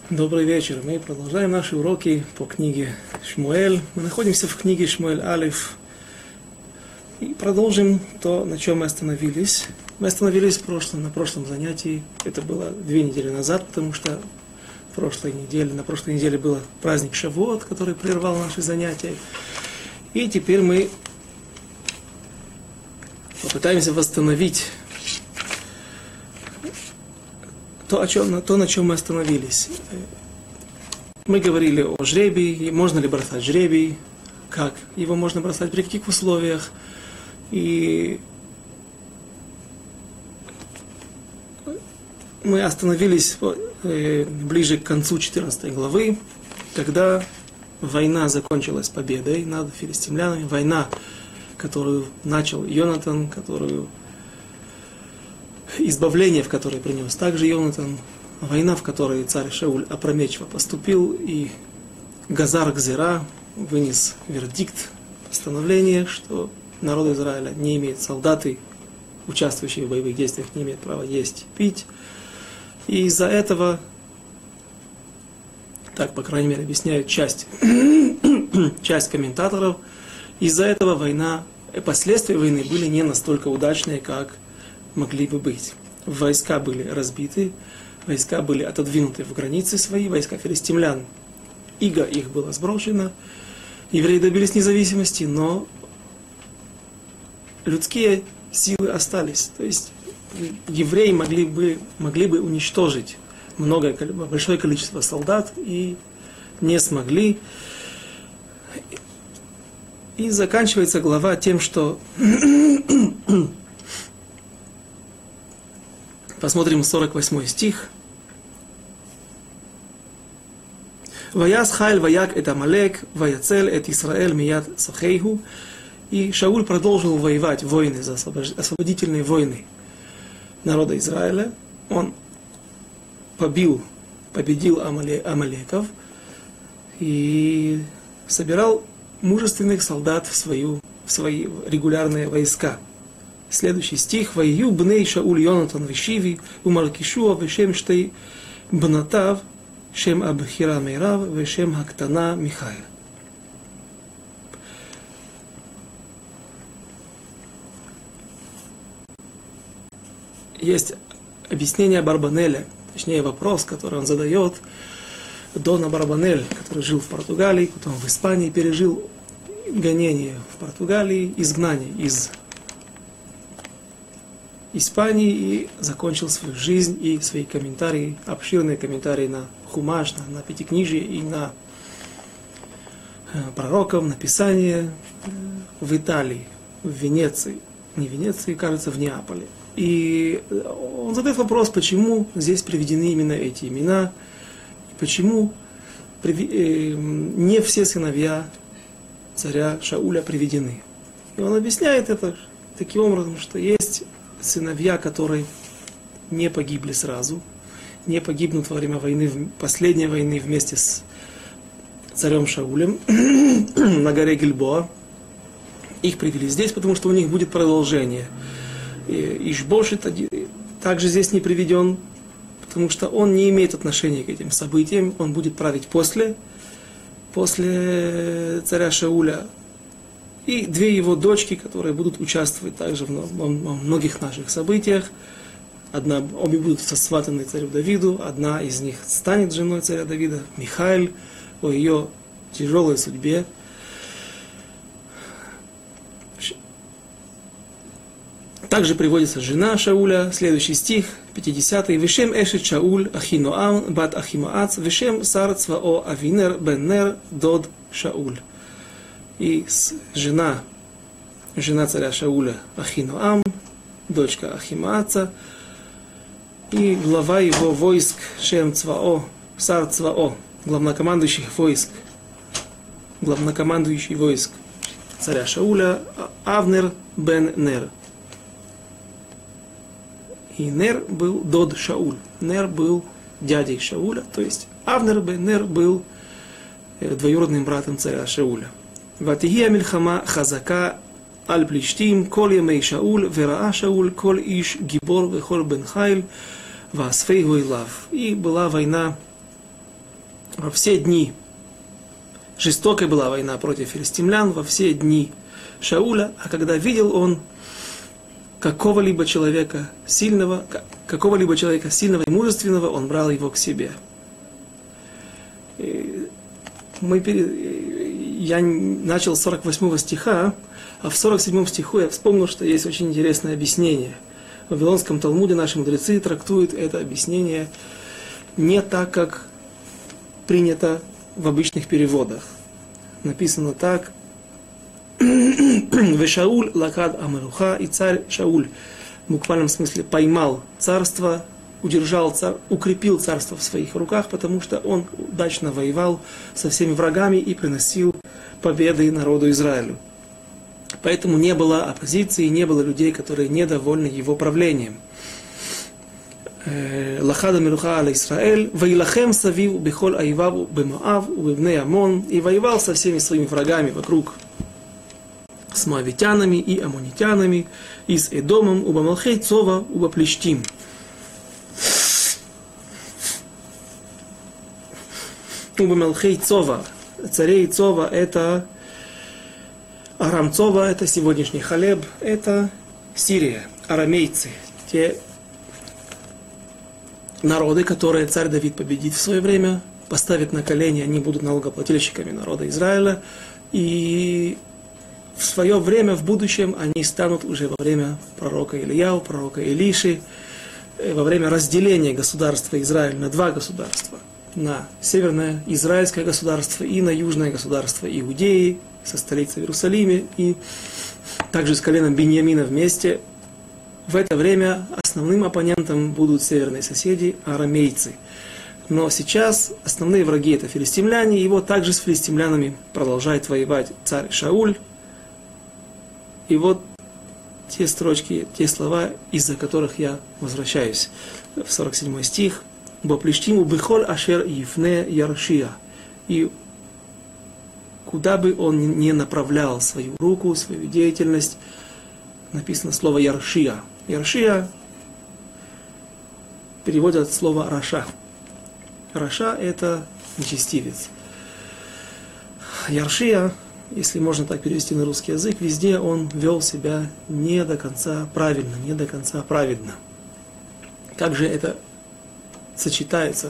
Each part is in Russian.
Добрый вечер. Мы продолжаем наши уроки по книге Шмуэль. Мы находимся в книге Шмуэль Алеф. И продолжим то, на чем мы остановились. Мы остановились на прошлом занятии. Это было 2 недели назад, потому что на прошлой неделе был праздник Шавуот, который прервал наши занятия. И теперь мы попытаемся восстановить то, на чем мы остановились. Мы говорили о жребии, можно ли бросать жребий, как его можно бросать, при каких условиях. И мы остановились ближе к концу 14 главы, когда война закончилась победой над филистимлянами. Война, которую начал Йонатан, избавление, в которое принес также Йонатан, война, в которой царь Шауль опрометчиво поступил, и Газар Гзера вынес вердикт, постановление, что народ Израиля не имеет, солдаты, участвующие в боевых действиях, не имеют права есть, пить. И из-за этого, так, по крайней мере, объясняет часть комментаторов, из-за этого последствия войны были не настолько удачные, как могли бы быть. Войска были разбиты, войска были отодвинуты в границы свои, войска филистимлян. Иго их было сброшено, евреи добились независимости, но людские силы остались. То есть евреи могли бы уничтожить большое количество солдат и не смогли. И заканчивается глава тем, что посмотрим 48 стих. «Ваяс хайль ваяк эт Амалек, ваяцель эт Исраэль мияд сахейху». И Шауль продолжил воевать войны, освободительные войны народа Израиля. Он победил Амалеков и собирал мужественных солдат в свои регулярные войска. Следующий стих. «Ваию бней Шауль Йонатан вешиви, умаркишуа вешем штей бнатав, шем абхира мейрав, вешем хактана Михаил». Есть объяснение Барбанеля, точнее вопрос, который он задает. Дона Барбанель, который жил в Португалии, потом в Испании, пережил гонение в Португалии, изгнание из Испании и закончил свою жизнь и свои комментарии, обширные комментарии на Хумаш, на Пятикнижие и на пророков, на Писание в Италии, в Венеции, не в Венеции, кажется, в Неаполе. И он задает вопрос, почему здесь приведены именно эти имена, почему не все сыновья царя Шауля приведены. И он объясняет это таким образом, что есть сыновья, которые не погибли сразу, не погибнут во время войны, последней войны вместе с царем Шаулем на горе Гильбоа. Их привели здесь, потому что у них будет продолжение. Ишбошет также здесь не приведен, потому что он не имеет отношения к этим событиям, он будет править после царя Шауля. И 2 его дочки, которые будут участвовать также во многих наших событиях. Обе будут сосватаны царю Давиду, одна из них станет женой царя Давида, Михаил, о ее тяжелой судьбе. Также приводится жена Шауля, следующий стих, 50-й. «Вешем эшет Шауль Ахиноам бат Ахимаац, вешем сар цвао Авинер бен Нер дод Шауль». И жена царя Шауля Ахиноам, дочка Ахимааца, и глава его войск Шем Цвао, сар Цвао, главнокомандующий войск царя Шауля Авнер бен Нер. И Нер был дод Шауль. Нер был дядей Шауля, то есть Авнер бен Нер был двоюродным братом царя Шауля. «Ватихия мильхама хазака аль плиштим, кол ямей Шауль, вераа Шауль, кол иш гибор, вехол бен Хайл, васфей гуйлав». И была война во все дни, жестокой была война против филистимлян, во все дни Шауля, а когда видел он какого-либо человека сильного и мужественного, он брал его к себе. Я начал с 48 стиха, а в 47 стиху я вспомнил, что есть очень интересное объяснение. В Вавилонском Талмуде наши мудрецы трактуют это объяснение не так, как принято в обычных переводах. Написано так: «Вешауль лакад амелуха», и царь Шауль в буквальном смысле поймал царство, укрепил царство в своих руках, потому что он удачно воевал со всеми врагами и приносил победы народу Израилю. Поэтому не было оппозиции, не было людей, которые недовольны его правлением. Лахада милуха аля Исраэль, ваилахем савив бихоль аиваву бемоав убивней Амон, и воевал со всеми своими врагами вокруг, с моавитянами и аммонитянами, и с Эдомом, убамалхей Цова, убаплештим. Убамалхей Цова, царей Цова, это Арам Цова, это сегодняшний Халеб, это Сирия, арамейцы, те народы, которые царь Давид победит в свое время, поставит на колени, они будут налогоплательщиками народа Израиля, и в свое время, в будущем, они станут уже во время пророка Ильяу, пророка Илиши, во время разделения государства Израиль на два государства, на северное израильское государство и на южное государство Иудеи, со столицей в Иерусалиме, и также с коленом Биньямина вместе. В это время основным оппонентом будут северные соседи, арамейцы. Но сейчас основные враги это филистимляне, и его также с филистимлянами продолжает воевать царь Шауль. И вот те строчки, те слова, из-за которых я возвращаюсь в 47 стих. «Боплештиму бихоль ашер ифне яршия». И куда бы он ни направлял свою руку, свою деятельность, написано слово яршия. Яршия переводят слово раша. Раша это нечестивец. Яршия, если можно так перевести на русский язык, везде он вел себя не до конца правильно, не до конца праведно. Как же это сочетается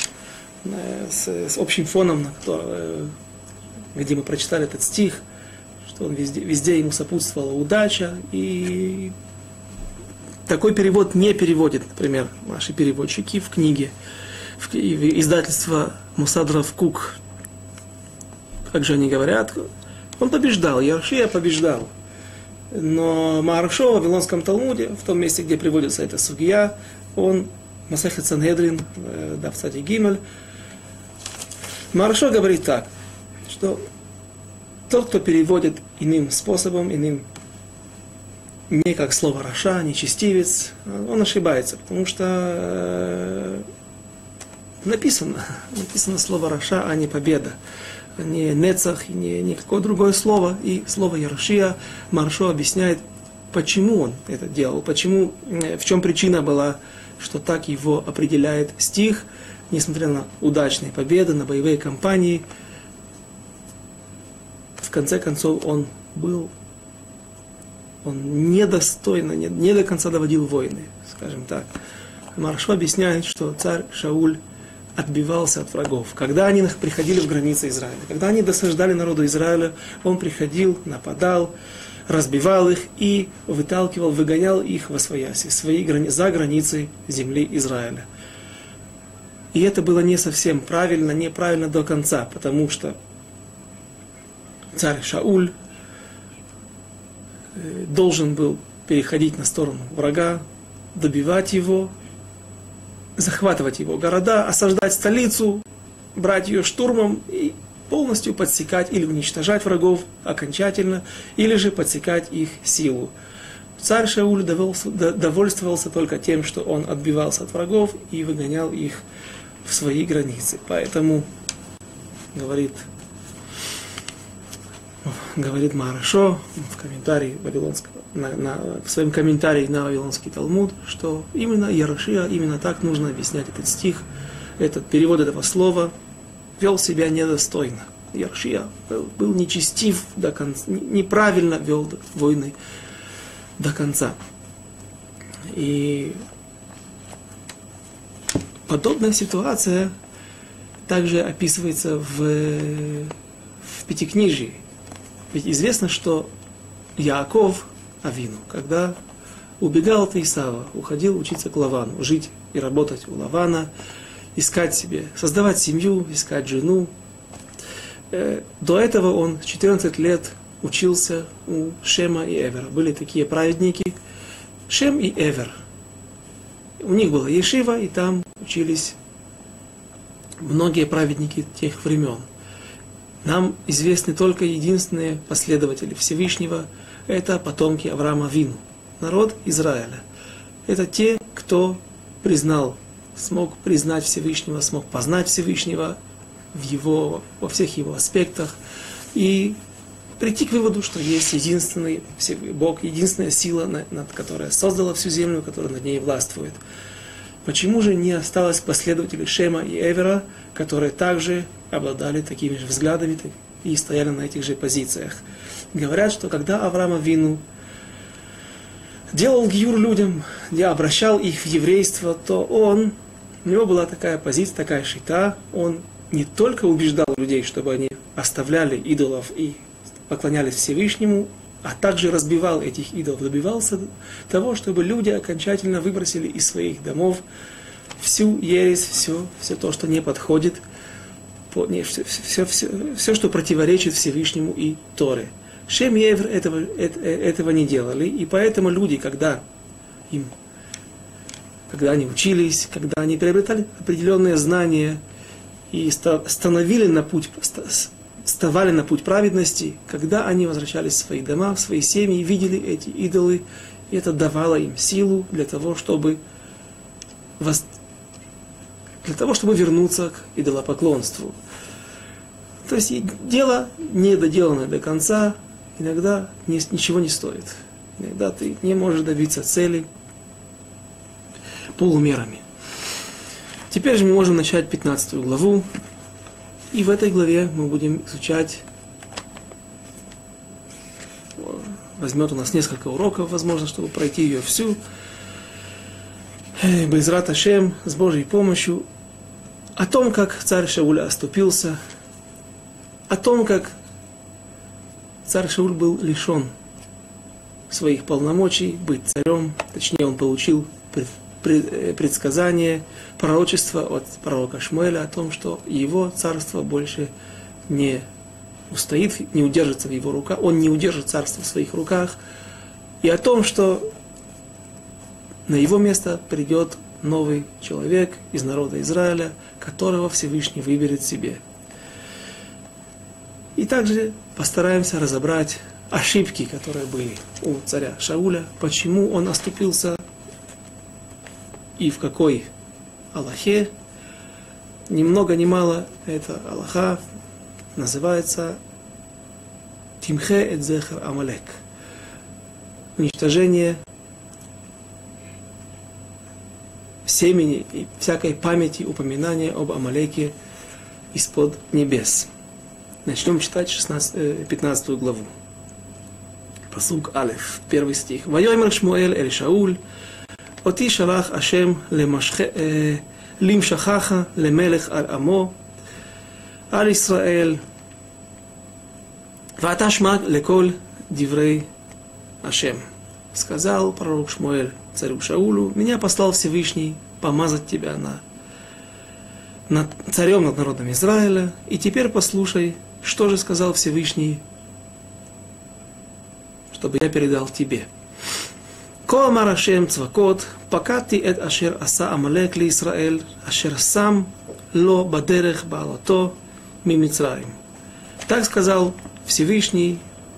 с общим фоном, где мы прочитали этот стих, что он везде ему сопутствовала удача, и такой перевод не переводит, например, наши переводчики в книге, в издательство Мусад Рав Кук. Как же они говорят? Он побеждал, Яршия побеждал. Но Мааршо в Вавилонском Талмуде, в том месте, где приводится эта сугия, он, Масехет Сангедрин, Дав Цадик Гимель, Мааршо говорит так, что тот, кто переводит иным способом, иным, не как слово раша, нечестивец, он ошибается, потому что написано слово раша, а не победа, не нецах, не никакое другое слово, и слово яршия. Мааршо объясняет, почему он это делал, в чем причина была, что так его определяет стих, несмотря на удачные победы, на боевые кампании. В конце концов, он недостойно, не до конца доводил войны, скажем так. Мааршо объясняет, что царь Шауль отбивался от врагов. Когда они приходили в границы Израиля, когда они досаждали народу Израиля, он приходил, нападал, разбивал их и выгонял их восвояси, за границы земли Израиля. И это было не совсем правильно, неправильно до конца, потому что царь Шауль должен был переходить на сторону врага, добивать его, захватывать его города, осаждать столицу, брать ее штурмом и полностью подсекать или уничтожать врагов окончательно, или же подсекать их силу. Царь Шауль довольствовался только тем, что он отбивался от врагов и выгонял их в свои границы. Поэтому, говорит Мааршо в комментарии в своем комментарии на Вавилонский Талмуд, что именно Яршия, именно так нужно объяснять этот стих, этот перевод этого слова. вел себя недостойно. Йошия был нечестив до конца, неправильно вел войны до конца. И подобная ситуация также описывается в Пятикнижии. Ведь известно, что Яаков Авину, когда убегал от Исава, уходил учиться к Лавану, жить и работать у Лавана, искать себе, создавать семью, искать жену. До этого он 14 лет учился у Шема и Эвера. Были такие праведники, Шем и Эвер. У них была ешива, и там учились многие праведники тех времен. Нам известны только единственные последователи Всевышнего, это потомки Авраама Авину, народ Израиля. Это те, кто смог признать Всевышнего, смог познать Всевышнего во всех его аспектах и прийти к выводу, что есть единственный Бог, единственная сила, которая создала всю землю, которая над ней властвует. Почему же не осталось последователей Шема и Эвера, которые также обладали такими же взглядами и стояли на этих же позициях? Говорят, что когда Авраам Авину делал гиюр людям, обращал их в еврейство, то у него была такая позиция, такая шита, он не только убеждал людей, чтобы они оставляли идолов и поклонялись Всевышнему, а также разбивал этих идолов, добивался того, чтобы люди окончательно выбросили из своих домов всю ересь, все то, что не подходит, все, что противоречит Всевышнему и Торе. Шем и Эвер этого не делали, и поэтому люди, когда они учились, когда они приобретали определенные знания и вставали на путь праведности, когда они возвращались в свои дома, в свои семьи, видели эти идолы, и это давало им силу для того, чтобы вернуться к идолопоклонству. То есть дело недоделанное до конца иногда ничего не стоит. Иногда ты не можешь добиться цели полумерами. Теперь же мы можем начать 15 главу. И в этой главе мы будем изучать, возьмет у нас несколько уроков, возможно, чтобы пройти ее всю. Бейзрат Ашем, с Божьей помощью, о том, как царь Шауль оступился, о том, как царь Шауль был лишен своих полномочий быть царем, точнее, он получил предсказание, пророчество от пророка Шмуэля о том, что его царство больше не устоит, не удержится в его руках, он не удержит царство в своих руках, и о том, что на его место придет новый человек из народа Израиля, которого Всевышний выберет себе. И также постараемся разобрать ошибки, которые были у царя Шауля, почему он оступился и в какой Аллахе. Ни много ни мало эта Аллаха называется Тимхе эт зехер Амалек. Уничтожение семени и всякой памяти, упоминания об Амалеке из-под небес. Начнем читать 15 главу. Пасук Алеф, 1 стих. Вайомер Шмуэль эль Шауль, אותי שלח השם למשכך למלך על עמו, על ישראל, ואתה שמע לכל דברי השם. Сказал пророк Шмуэль царю Шаулю: меня послал Всевышний помазать тебя над царем над народом Израиля, и теперь послушай, что же сказал Всевышний, чтобы я передал тебе. כה אמר השם צבקות, פקדתי את אשר עשה עמלק לישראל, אשר שם לו בדרך בעלתו ממצרים. Так сказал Всевышний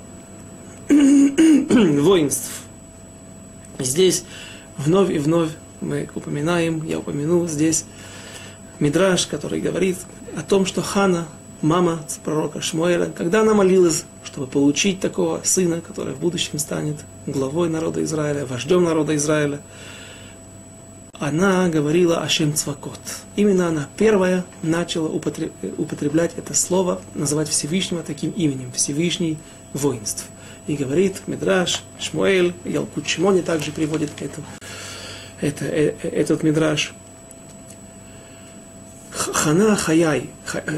воинств. Здесь вновь и вновь мы упоминаем, я упомяну здесь Мидраш, который говорит о том, что Хана, мама пророка Шмуэля, когда она молилась, чтобы получить такого сына, который в будущем станет главой народа Израиля, вождем народа Израиля, она говорила Ашем Цвакот. Именно она первая начала употреблять это слово, называть Всевышнего таким именем, Всевышний воинств. И говорит Мидраш, Шмуэль, Ялкут Шимони также приводит этот Мидраш. Хана Хаяй,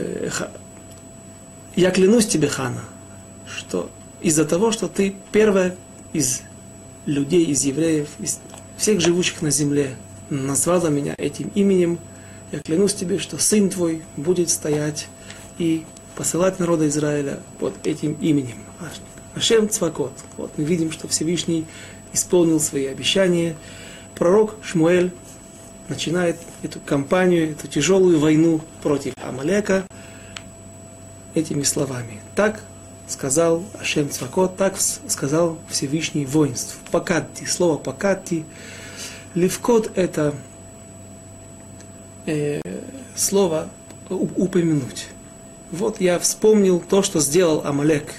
я клянусь тебе, Хана, что из-за того, что ты первая из людей, из евреев, из всех живущих на земле, назвала меня этим именем, я клянусь тебе, что сын твой будет стоять и посылать народа Израиля под этим именем. Ашем Цвакот. Вот мы видим, что Всевышний исполнил свои обещания. Пророк Шмуэль начинает эту кампанию, эту тяжелую войну против Амалека этими словами. Так сказал Ашем Цвакот, так сказал Всевышний воинств. Пакатти, слово пакатти. Левкот — это слово упомянуть. Вот я вспомнил то, что сделал Амалек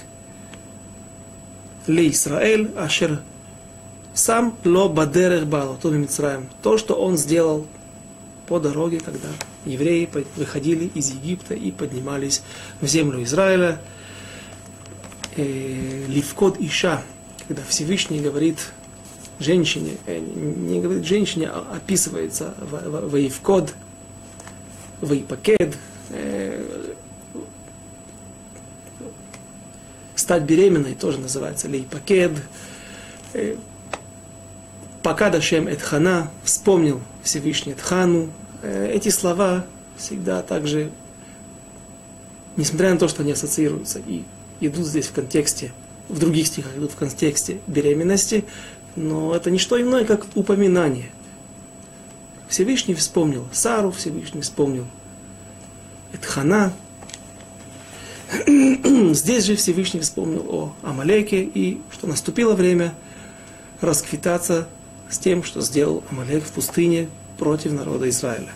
Ле Исраэль, ашер сам ло бадерех бало, то Мицраим. То, что он сделал по дороге, когда евреи выходили из Египта и поднимались в землю Израиля. Ливкот Иша, когда Всевышний говорит женщине, не говорит женщине, а описывается Ваивкод, Ваипакед, стать беременной тоже называется Лейпакед. Пакад Ашем эт Хана, вспомнил Всевышний эт Хану. Эти слова всегда также, несмотря на то, что они ассоциируются и идут здесь в контексте, в других стихах идут в контексте беременности, но это не что иное, как упоминание. Всевышний вспомнил Сару, Всевышний вспомнил эт Хана. Здесь же Всевышний вспомнил о Амалеке и что наступило время расквитаться с тем, что сделал Амалек в пустыне против народа Израиля.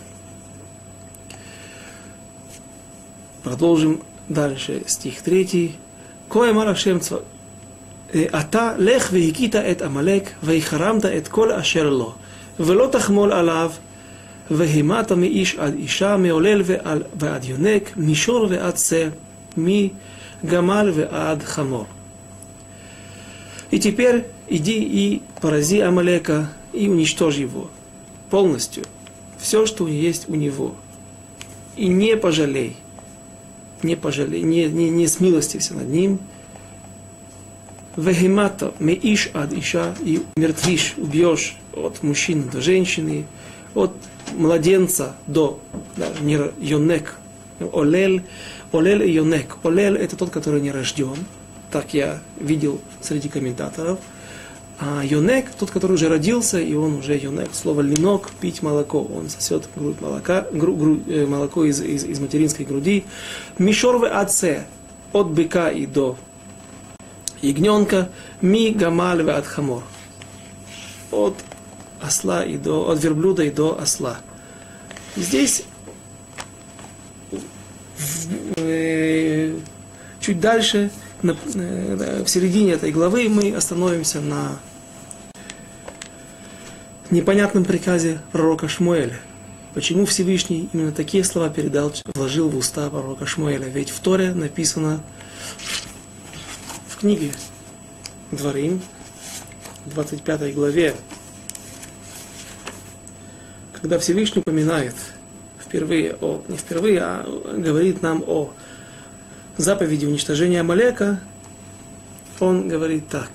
Продолжим дальше, стих 3. Коэмар Ашем Цвакот. Ата лех вехикита эт Амалек, вехарамта эт кол ашер ло, вело тахмол алав, вехимата мииш ад иша, меолел ועד יונק, מישור ועד שא, מגמל ועד חמור. И теперь иди и порази Амалека и уничтожь его полностью, все, что есть у него. И не пожалей, не смилостивься над ним. Вехимата меиш ад иша, и мертвишь, убьешь от мужчины до женщины, от младенца до йонек, олель и йонек. Олель — это тот, который не рожден, так я видел среди комментаторов. А йонек — тот, который уже родился, и он уже йонек. Слово линок — пить молоко. Он сосет грудь молока, молоко из материнской груди. Мишор ве адсе, от быка и до ягненка. Ми гамаль ве ад хамор, от осла и от верблюда и до осла. Здесь чуть дальше, в середине этой главы, мы остановимся на непонятном приказе пророка Шмуэля. Почему Всевышний именно такие слова вложил в уста пророка Шмуэля? Ведь в Торе написано, в книге Дворим, в 25 главе, когда Всевышний упоминает не впервые, а говорит нам о заповеди уничтожения Амалека, он говорит так.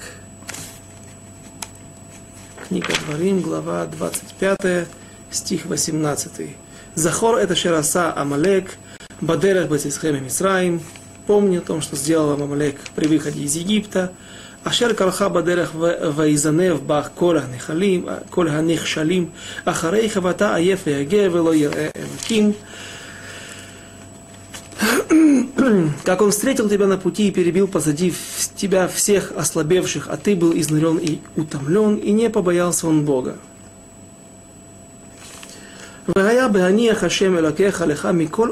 Книга Дворим, глава 25, стих 18. Захор это шераса Амалек, бадерах бецисхем Мицраим. Помни о том, что сделал вам Амалек при выходе из Египта. Ашер калха бадерах ваизанев бах кол ханехшалим, ахарей хавата аеф яге вело ере элким. Как он встретил тебя на пути и перебил позади тебя всех ослабевших, а ты был изнурен и утомлен, и не побоялся он Бога. והיה בהניח השם אלוקיך לך מכל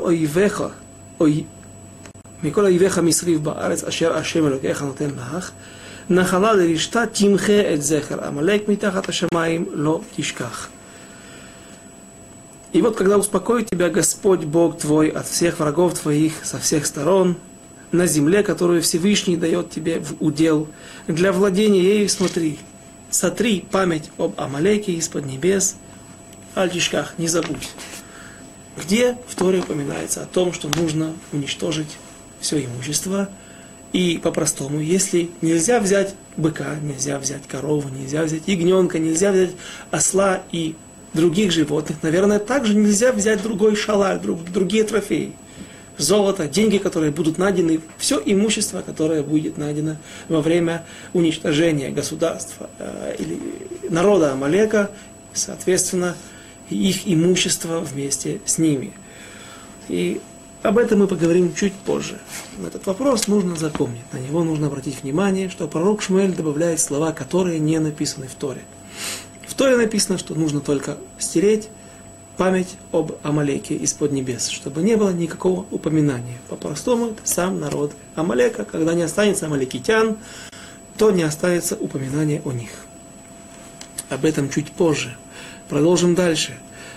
אויביך מסביב בארץ אשר השם אלוקיך נותן לך, נחלה לרשתה תמחה את זכר עמלק מתחת השמיים לא תשכח. И вот когда успокоит тебя Господь Бог твой от всех врагов твоих со всех сторон, на земле, которую Всевышний дает тебе в удел, для владения ею смотри, сотри память об Амалеке из-под небес, альтишках, не забудь. Где в Торе упоминается о том, что нужно уничтожить все имущество, и по-простому, если нельзя взять быка, нельзя взять корову, нельзя взять ягненка, нельзя взять осла и других животных, наверное, также нельзя взять другой шалаш, другие трофеи. Золото, деньги, которые будут найдены, все имущество, которое будет найдено во время уничтожения государства или народа Амалека, соответственно, их имущество вместе с ними. И об этом мы поговорим чуть позже. Но этот вопрос нужно запомнить, на него нужно обратить внимание, что пророк Шмуэль добавляет слова, которые не написаны в Торе. В Торе написано, что нужно только стереть память об Амалеке из-под небес, чтобы не было никакого упоминания. По-простому, это сам народ Амалека. Когда не останется амалекитян, то не останется упоминания о них. Об этом чуть позже. Продолжим дальше.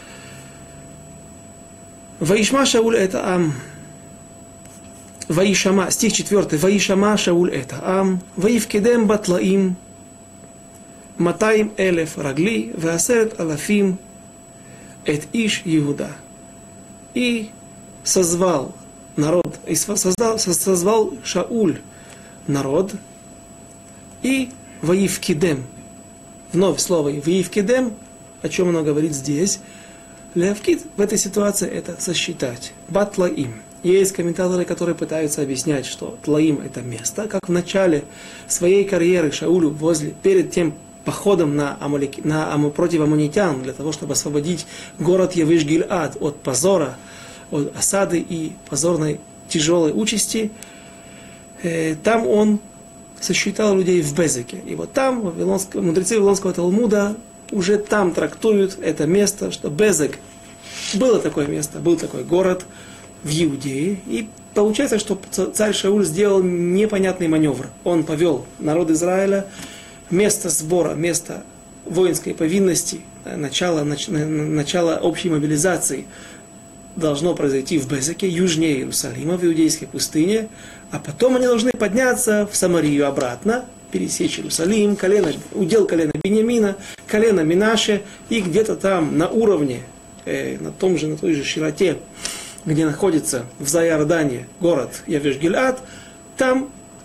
Ваишма Шауль это ам. Ваишама, стих 4. Ваишама Шауль это ам. Ваивкедем батлаим. Матаим элеф рагли. Веасерет алафим. Эт иш Иуда. И созвал народ, и созвал Шауль народ, и Ваивкидем. Вновь слово Ваивкидем, о чем оно говорит здесь. Леавкид в этой ситуации это сосчитать. Батлаим. Есть комментаторы, которые пытаются объяснять, что Тлаим это место, как в начале своей карьеры Шаулю перед тем походом против аммонитян, для того, чтобы освободить город Явиш-Гильад от позора, от осады и позорной тяжелой участи, там он сосчитал людей в Безеке. И вот там мудрецы Вавилонского Талмуда уже там трактуют это место, что Безек было такое место, был такой город в Иудее. И получается, что царь Шауль сделал непонятный маневр. Он повел народ Израиля, место сбора, место воинской повинности, начало общей мобилизации должно произойти в Безеке, южнее Иерусалима, в Иудейской пустыне, а потом они должны подняться в Самарию обратно, пересечь Иерусалим, удел колена Биньямина, колено Минаше, и где-то там на уровне, на той же широте, где находится в Зайордане город Явиш-Гильад, там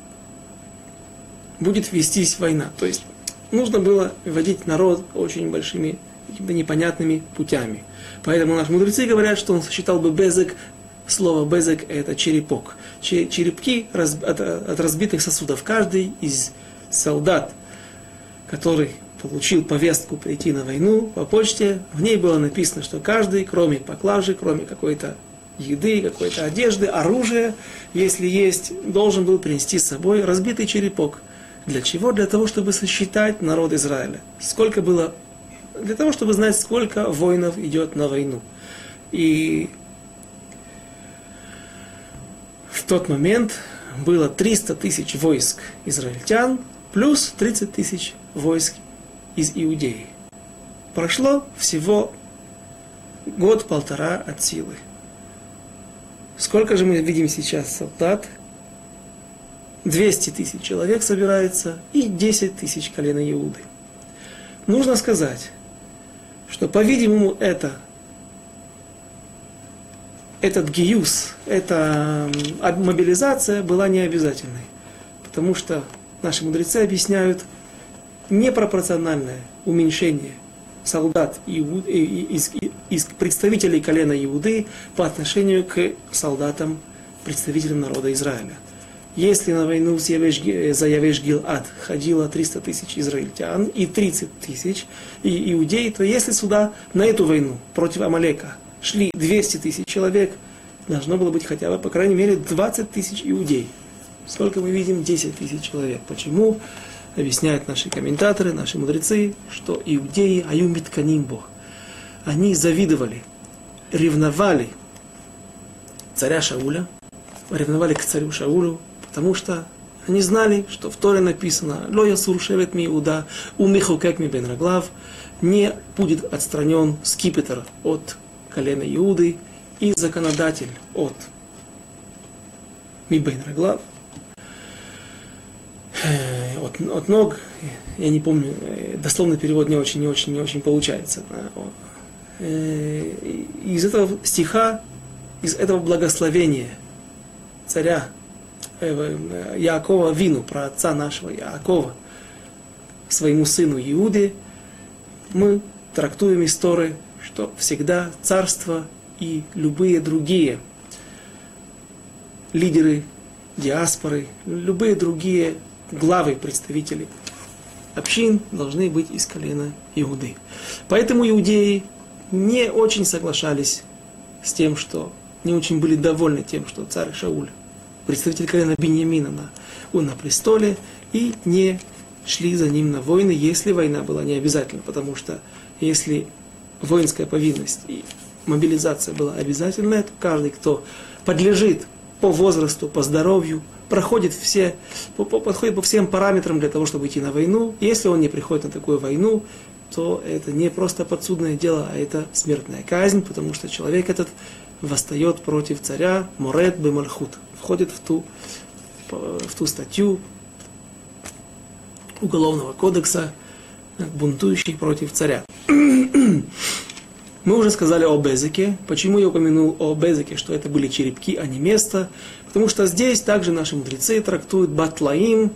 будет вестись война. То есть нужно было вводить народ очень большими, какими-то непонятными путями. Поэтому наши мудрецы говорят, что он сосчитал бы Безек. Слово Безек это черепок. Черепки от разбитых сосудов. Каждый из солдат, который получил повестку прийти на войну по почте, в ней было написано, что каждый, кроме поклажи, кроме какой-то еды, какой-то одежды, оружия, если есть, должен был принести с собой разбитый черепок. Для чего? Для того, чтобы сосчитать народ Израиля. Сколько было, для того, чтобы знать, сколько воинов идет на войну. И в тот момент было 300 тысяч войск израильтян, плюс 30 тысяч войск из Иудеи. Прошло всего год-полтора от силы. Сколько же мы видим сейчас солдат? 200 тысяч человек собирается и 10 тысяч колена Иуды. Нужно сказать, что, по-видимому, этот гиюс, эта мобилизация была необязательной. Потому что наши мудрецы объясняют непропорциональное уменьшение солдат из представителей колена Иуды по отношению к солдатам, представителям народа Израиля. Если на войну за Явиш-Гилад ходило 300 тысяч израильтян и 30 тысяч иудей, то если сюда, на эту войну против Амалека, шли 200 тысяч человек, должно было быть хотя бы, по крайней мере, 20 тысяч иудей. Сколько мы видим? 10 тысяч человек. Почему? Объясняют наши комментаторы, наши мудрецы, что иудеи аюмит канимбо. Они завидовали, ревновали царя Шауля, ревновали к царю Шаулю, потому что они знали, что в Торе написано «Ло ясур шевет ми Иуда, умихукек ми бен раглав», не будет отстранен скипетр от колена Иуды и законодатель от Мибейн Раглав, от ног, я не помню, дословный перевод не очень получается. Из этого стиха, из этого благословения царя Яакова Вину, про отца нашего Яакова, своему сыну Иуде, мы трактуем из Торы, что всегда царство и любые другие лидеры диаспоры, любые другие главы, представители общин должны быть из колена Иуды. Поэтому иудеи не очень соглашались с тем, что не очень были довольны тем, что царь Шауль, представитель колена Биньямина, он на престоле, и не шли за ним на войны, если война была не обязательна, потому что если воинская повинность и мобилизация была обязательная, то каждый, кто подлежит по возрасту, по здоровью, подходит по всем параметрам для того, чтобы идти на войну. Если он не приходит на такую войну, то это не просто подсудное дело, а это смертная казнь, потому что человек этот восстает против царя, морет бемальхут, входит в ту статью Уголовного кодекса, бунтующий против царя. Мы уже сказали о Безеке. Почему я упомянул о Безеке, что это были черепки, а не место? Потому что здесь также наши мудрецы трактуют батлаим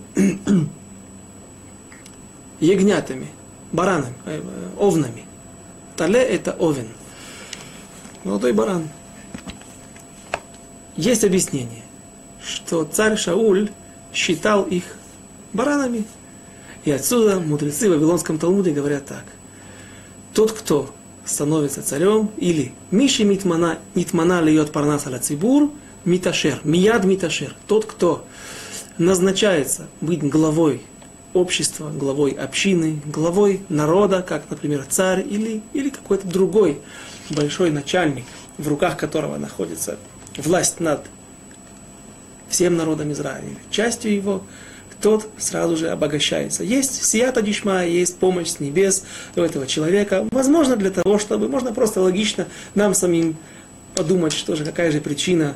ягнятами, баранами, овнами. Тале – это овен. Молодой баран. Есть объяснение, что царь Шауль считал их баранами. И отсюда мудрецы в Вавилонском Талмуде говорят так. Тот, кто становится царем, или Миши нитмана льет парнас аля цибур, миташер, мияд миташер. Тот, кто назначается быть главой общества, главой общины, главой народа, как, например, царь или какой-то другой большой начальник, в руках которого находится власть над всем народом Израиля, частью его, тот сразу же обогащается. Есть сията дишма, есть помощь с небес у этого человека. Возможно, для того, чтобы, можно просто логично нам самим подумать, что же, какая же причина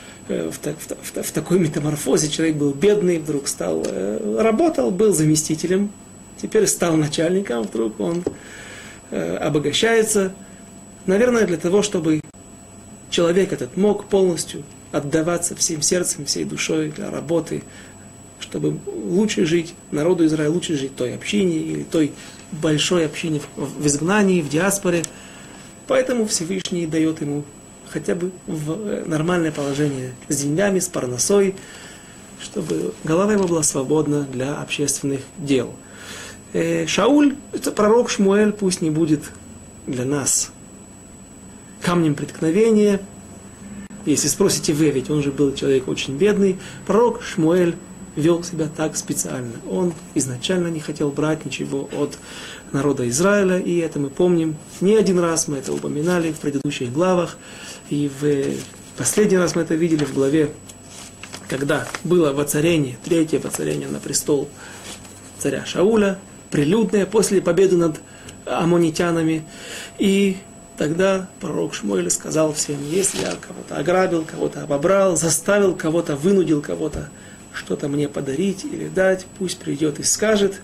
в такой метаморфозе. Человек был бедный, вдруг стал, работал, был заместителем, теперь стал начальником, вдруг он обогащается. Наверное, для того, чтобы человек этот мог полностью отдаваться всем сердцем, всей душой для работы, чтобы лучше жить, народу Израиля лучше жить в той общине или той большой общине в изгнании, в диаспоре. Поэтому Всевышний дает ему хотя бы в нормальное положение с деньгами, с парносой, чтобы голова его была свободна для общественных дел. Шауль, это пророк Шмуэль, пусть не будет для нас камнем преткновения. Если спросите вы, ведь он же был человек очень бедный, пророк Шмуэль вел себя так специально. Он изначально не хотел брать ничего от народа Израиля, и это мы помним не один раз, мы это упоминали в предыдущих главах, и в последний раз мы это видели в главе, когда было воцарение, третье воцарение на престол царя Шауля, прилюдное, после победы над аммонитянами, и тогда пророк Шмуэль сказал всем, если я кого-то ограбил, кого-то обобрал, заставил кого-то, вынудил кого-то что-то мне подарить или дать, пусть придет и скажет.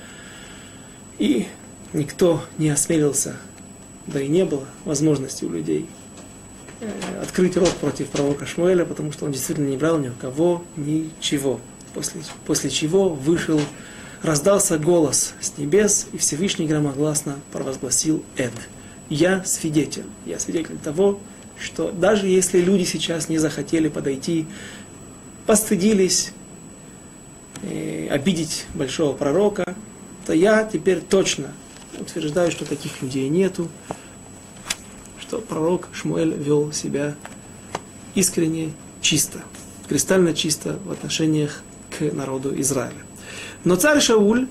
И никто не осмелился, да и не было возможности у людей открыть рот против пророка Шмуэля, потому что он действительно не брал ни у кого ничего. После чего раздался голос с небес, и Всевышний громогласно провозгласил Эд. Я свидетель того, что даже если люди сейчас не захотели подойти, постыдились обидеть большого пророка, то я теперь точно утверждаю, что таких людей нету, что пророк Шмуэль вел себя искренне, чисто, кристально чисто в отношениях к народу Израиля. Но царь Шауль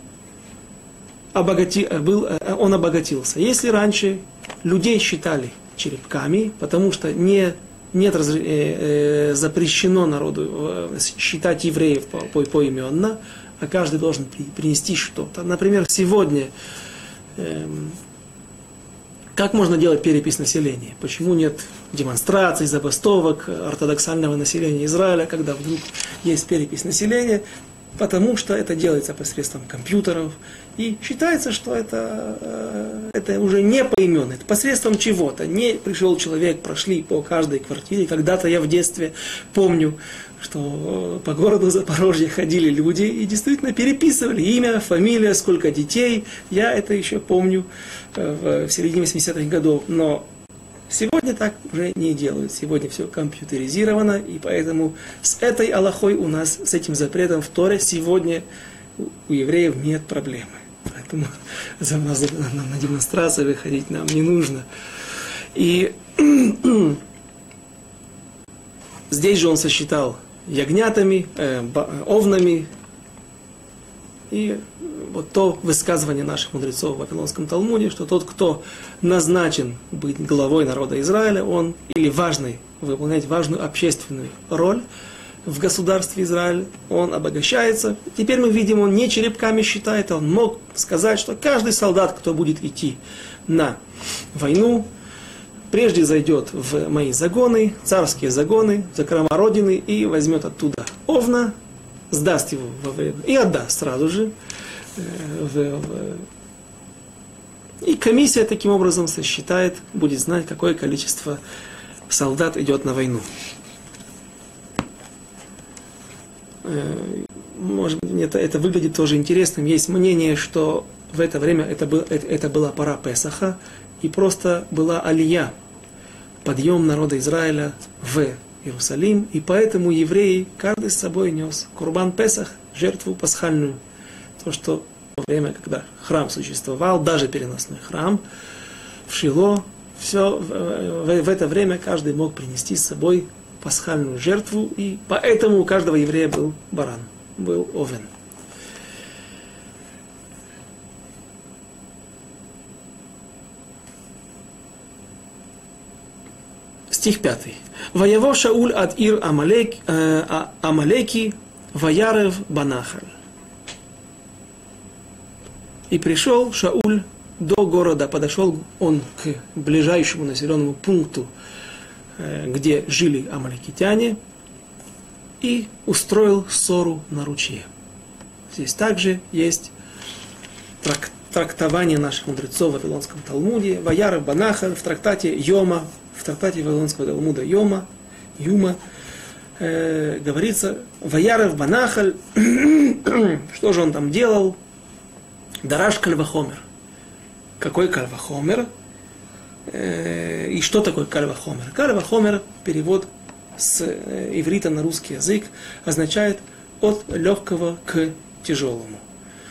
обогатился. Если раньше людей считали черепками, потому что нет запрещено народу считать евреев поименно, а каждый должен принести что-то. Например, сегодня Как можно делать перепись населения? Почему нет демонстраций, забастовок ортодоксального населения Израиля, когда вдруг есть перепись населения? Потому что это делается посредством компьютеров. И считается, что это уже не поименно, это посредством чего-то. Не пришел человек, прошли по каждой квартире. Когда-то я в детстве помню, что по городу Запорожье ходили люди и действительно переписывали имя, фамилия, сколько детей. Я это еще помню в середине 80-х годов. Но сегодня так уже не делают. Сегодня все компьютеризировано, и поэтому с этой алахой у нас, с этим запретом в Торе, сегодня у евреев нет проблемы. Поэтому на демонстрации выходить нам не нужно. И здесь же он сосчитал ягнятами, овнами. И вот то высказывание наших мудрецов в Вавилонском Талмуде, что тот, кто назначен быть главой народа Израиля, он или выполнять важную общественную роль в государстве Израиль, он обогащается. Теперь мы видим, он не черепками считает, он мог сказать, что каждый солдат, кто будет идти на войну, прежде зайдет в мои загоны, царские загоны, закрома родины, и возьмет оттуда овна, сдаст его во время, и отдаст сразу же. И комиссия таким образом сосчитает, будет знать, какое количество солдат идет на войну. Может быть, это выглядит тоже интересным. Есть мнение, что в это время это была пора Песаха, и просто была алия, подъем народа Израиля в Иерусалим, и поэтому евреи каждый с собой нес курбан Песах, жертву пасхальную. То, что во время, когда храм существовал, даже переносной храм, в Шило, все в это время каждый мог принести с собой пасхальную жертву, и поэтому у каждого еврея был баран, был овен. Стих 5. «Ваяво Шауль ад ир Амалеки, ваярев банахаль». И пришел Шауль до города, подошел он к ближайшему населенному пункту, где жили амалекитяне, и устроил ссору на ручье. Здесь также есть трактование наших мудрецов в Вавилонском Талмуде, Ваярев банахаль, в трактате Йома, в трактате Вавилонского Талмуда Юма, говорится, Ваярев банахаль, что же он там делал? Дараш кальвахомер. Какой кальвахомер? И что такое кальвахомер? Кальвахомер, перевод с иврита на русский язык, означает от легкого к тяжелому.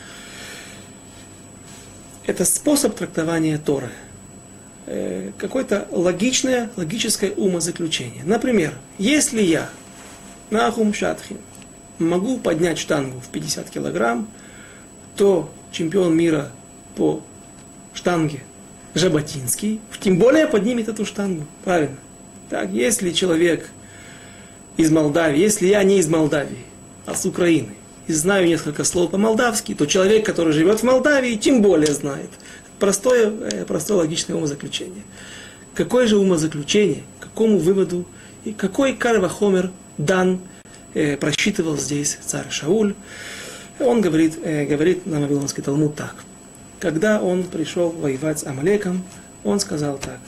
Это способ трактования Торы. Какое-то логическое умозаключение. Например, если я, Нахум Шатхин, могу поднять штангу в 50 килограмм, то чемпион мира по штанге Жаботинский тем более поднимет эту штангу. Правильно? Так, если человек из Молдавии, если я не из Молдавии, а с Украины, и знаю несколько слов по-молдавски, то человек, который живет в Молдавии, тем более знает. Простое логичное умозаключение. Какое же умозаключение, к какому выводу и какой кальвахомер дан просчитывал здесь царь Шауль? Он говорит на Вавилонский Талмуд так. Когда он пришел воевать с Амалеком, он сказал так.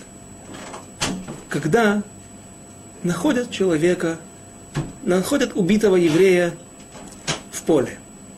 Когда находят убитого еврея в поле,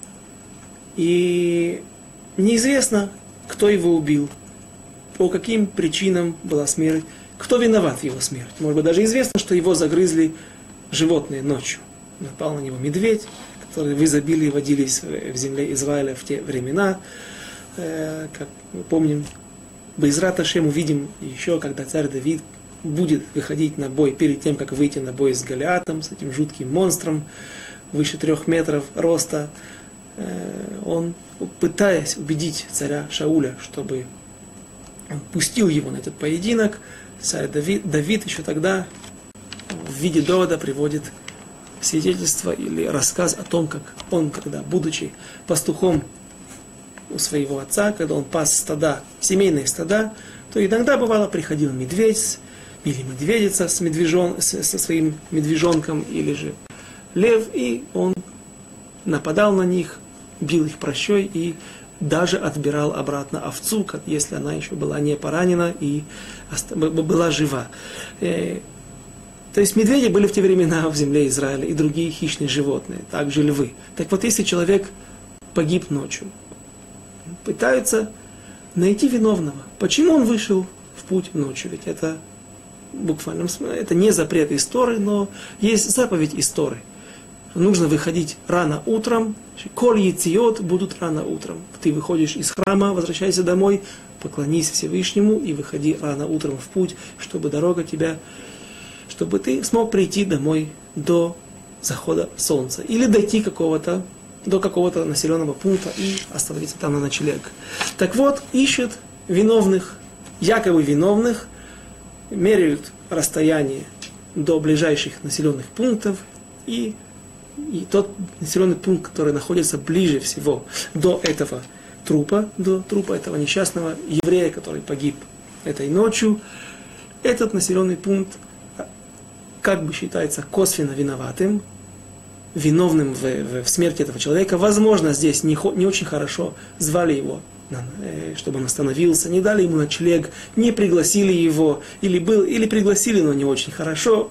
и неизвестно, кто его убил, по каким причинам была смерть, кто виноват в его смерти. Может быть, даже известно, что его загрызли животные ночью. Напал на него медведь, которые в изобилии водились в земле Израиля в те времена. Как мы помним, Бейзрат Ашем увидим еще, когда царь Давид будет выходить на бой, перед тем, как выйти на бой с Голиатом, с этим жутким монстром, выше 3 метров роста. Он, пытаясь убедить царя Шауля, чтобы он пустил его на этот поединок, царь Давид еще тогда в виде довода приводит свидетельство или рассказ о том, как он, когда, будучи пастухом у своего отца, когда он пас стада, семейные стада, то иногда бывало приходил медведь или медведица со своим медвежонком, или же лев, и он нападал на них, бил их прощой и даже отбирал обратно овцу, если она еще была не поранена и была жива. То есть медведи были в те времена в земле Израиля и другие хищные животные, также львы. Так вот, если человек погиб ночью, пытаются найти виновного. Почему он вышел в путь ночью? Ведь это в буквальном смысле, это не запрет из Торы, но есть заповедь из Торы. Нужно выходить рано утром. Коль яциот будут рано утром. Ты выходишь из храма, возвращайся домой, поклонись Всевышнему и выходи рано утром в путь, чтобы дорога тебя, чтобы ты смог прийти домой до захода солнца. Или дойти до какого-то населенного пункта и остановиться там на ночлег. Так вот, ищут виновных, якобы виновных, меряют расстояние до ближайших населенных пунктов, и тот населенный пункт, который находится ближе всего до этого трупа этого несчастного еврея, который погиб этой ночью, этот населенный пункт как бы считается косвенно виноватым, виновным в смерти этого человека. Возможно, здесь не очень хорошо звали его, чтобы он остановился, не дали ему ночлег, не пригласили его, или пригласили, но не очень хорошо.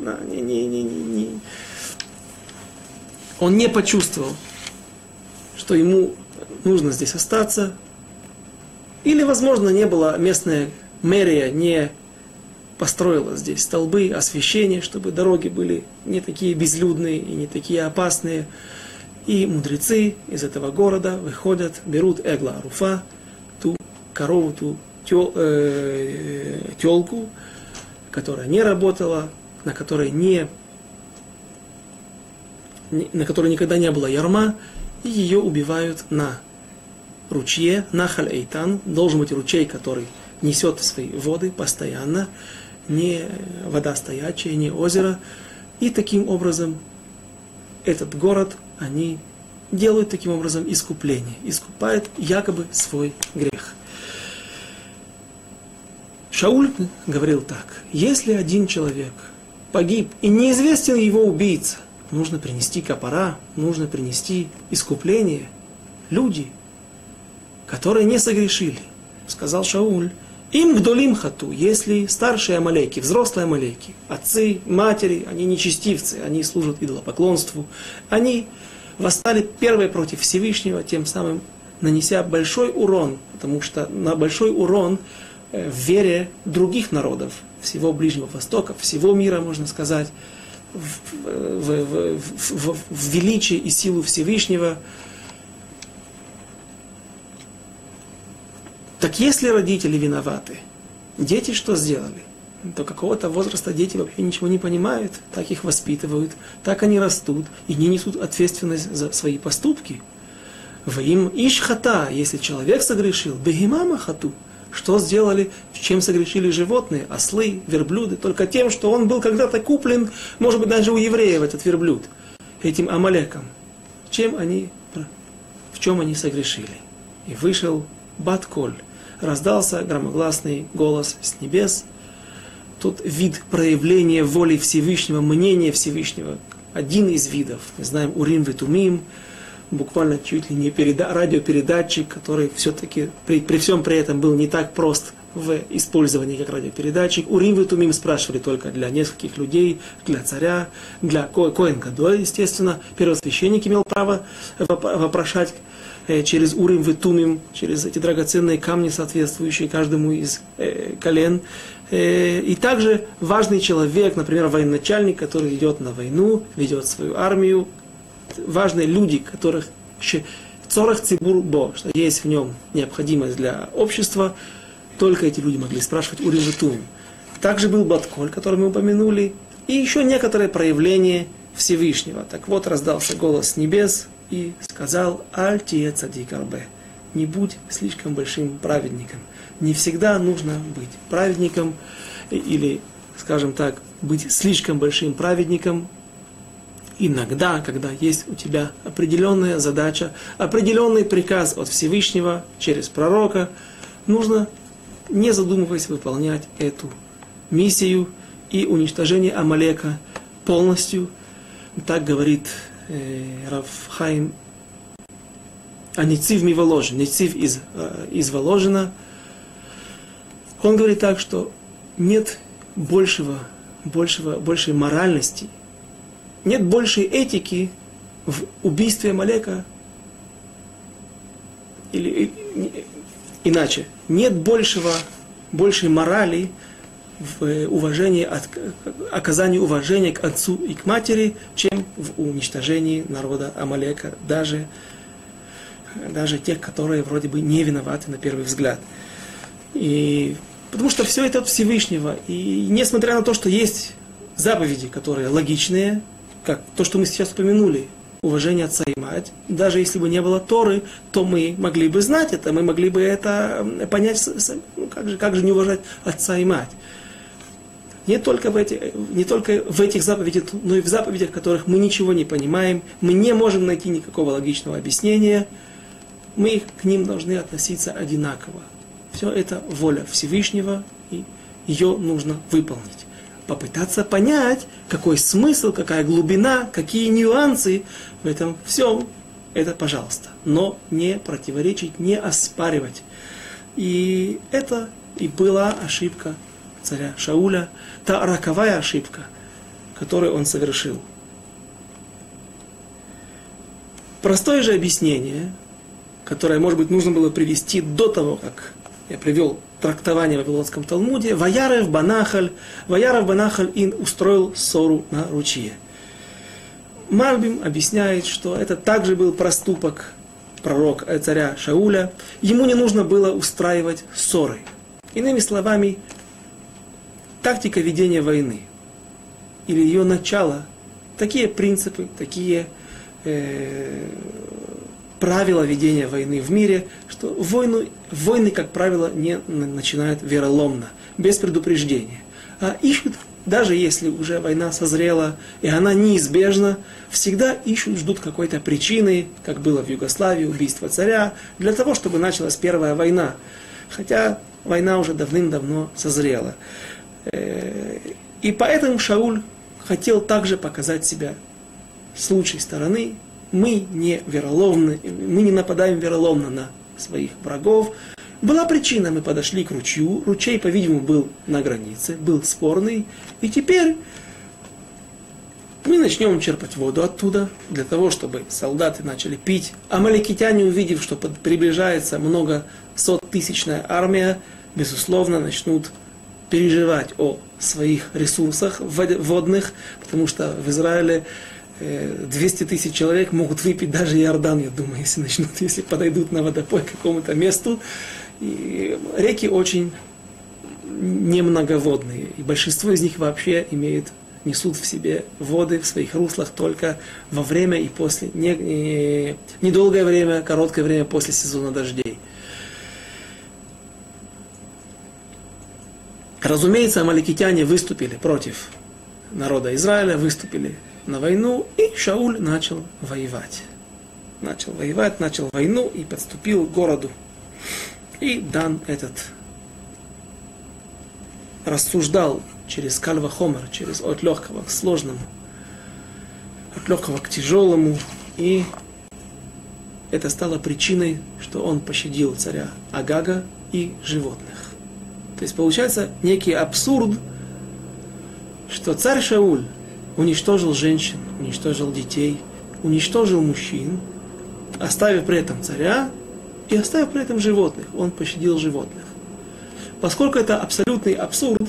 Он не почувствовал, что ему нужно здесь остаться. Или, возможно, не было, местная мэрия не построила здесь столбы освещения, чтобы дороги были не такие безлюдные и не такие опасные. И мудрецы из этого города выходят, берут эгла аруфа, ту корову, ту телку, которая не работала, на которой никогда не было ярма, и ее убивают на ручье, Нахаль Эйтан, должен быть ручей, который несет свои воды постоянно, не вода стоячая, не озеро. И таким образом этот город, они делают таким образом искупление, искупают якобы свой грех. Шауль говорил так: если один человек погиб и неизвестен его убийца, нужно принести капара, нужно принести искупление. Люди, которые не согрешили, сказал Шауль, им гдолим хату, если старшие амалеки, взрослые амалеки, отцы, матери, они нечестивцы, они служат идолопоклонству, они восстали первые против Всевышнего, тем самым нанеся большой урон, потому что на большой урон в вере других народов, всего Ближнего Востока, всего мира, можно сказать, в величие и силу Всевышнего. Так если родители виноваты, дети что сделали? До какого-то возраста дети вообще ничего не понимают, так их воспитывают, так они растут и не несут ответственность за свои поступки. В им ишхата, если человек согрешил, бегимама хату. Что сделали, чем согрешили животные, ослы, верблюды? Только тем, что он был когда-то куплен, может быть, даже у евреев этот верблюд, этим амалеком. В чем они согрешили? И вышел Бат-Коль, раздался громогласный голос с небес. Тут вид проявления воли Всевышнего, мнения Всевышнего. Один из видов, мы знаем, Урим ве-Тумим, буквально чуть ли не радиопередатчик, который все-таки при всем при этом был не так прост в использовании как радиопередатчик. Урим ве-Тумим спрашивали только для нескольких людей, для царя, для Коэн Гадоль, естественно. Первосвященник имел право вопрошать через Урим ве-Тумим, через эти драгоценные камни, соответствующие каждому из колен. И также важный человек, например, военачальник, который идет на войну, ведет свою армию, важные люди, которых цорах цибур бо, что есть в нем необходимость для общества, только эти люди могли спрашивать Урим ве-Тумим. Также был Бат-Коль, который мы упомянули, и еще некоторые проявления Всевышнего. Так вот, раздался голос с небес и сказал: «Аль тие цадик арбе». Не будь слишком большим праведником. Не всегда нужно быть праведником, или, скажем так, быть слишком большим праведником. Иногда, когда есть у тебя определенная задача, определенный приказ от Всевышнего через пророка, нужно не задумываясь, выполнять эту миссию и уничтожение Амалека полностью. Так говорит Рав Хаим Нецив Миволожин, Нецив из Воложина. Он говорит так, что нет большей моральности, нет большей этики в убийстве Амалека, или иначе, нет большей морали в уважении, оказании уважения к отцу и к матери, чем в уничтожении народа Амалека, даже тех, которые вроде бы не виноваты на первый взгляд. И потому что все это от Всевышнего. И несмотря на то, что есть заповеди, которые логичные, как то, что мы сейчас упомянули, уважение отца и мать, даже если бы не было Торы, то мы могли бы знать это, мы могли бы это понять, как же не уважать отца и мать. Не только в этих заповедях, но и в заповедях, в которых мы ничего не понимаем, мы не можем найти никакого логичного объяснения, мы к ним должны относиться одинаково. Все это воля Всевышнего, и ее нужно выполнить. Попытаться понять, какой смысл, какая глубина, какие нюансы в этом всем, это пожалуйста. Но не противоречить, не оспаривать. И это и была ошибка царя Шауля, та роковая ошибка, которую он совершил. Простое же объяснение, которое, может быть, нужно было привести до того, как я привел трактование в Вавилонском Талмуде, Ваярев Банахаль ин устроил ссору на ручье. Мальбим объясняет, что это также был проступок царя Шауля. Ему не нужно было устраивать ссоры. Иными словами, тактика ведения войны или ее начало, такие принципы, такие правила ведения войны в мире, что войны, как правило, не начинают вероломно, без предупреждения. А ищут, даже если уже война созрела, и она неизбежна, всегда ищут, ждут какой-то причины, как было в Югославии, убийство царя, для того, чтобы началась первая война. Хотя война уже давным-давно созрела. И поэтому Шауль хотел также показать себя с лучшей стороны. Мы не вероломны, мы не нападаем вероломно на своих врагов. Была причина, мы подошли к ручью. Ручей, по-видимому, был на границе, был спорный. И теперь мы начнем черпать воду оттуда, для того, чтобы солдаты начали пить. Амаликитяне, увидев, что приближается многосоттысячная армия, безусловно, начнут переживать о своих ресурсах водных, потому что в Израиле 200 тысяч человек могут выпить даже Иордан, я думаю, если подойдут на водопой к какому-то месту. И реки очень немноговодные, и большинство из них вообще несут в себе воды в своих руслах только во время и после, недолгое время, короткое время после сезона дождей. Разумеется, амаликитяне выступили против народа Израиля, выступили на войну, и Шауль начал воевать. Начал войну и подступил к городу. И Дан этот рассуждал через кальва-хомер, от легкого к сложному, от легкого к тяжелому, и это стало причиной, что он пощадил царя Агага и животных. То есть получается некий абсурд, что царь Шауль уничтожил женщин, уничтожил детей, уничтожил мужчин, оставив при этом царя и оставив при этом животных. Он пощадил животных. Поскольку это абсолютный абсурд,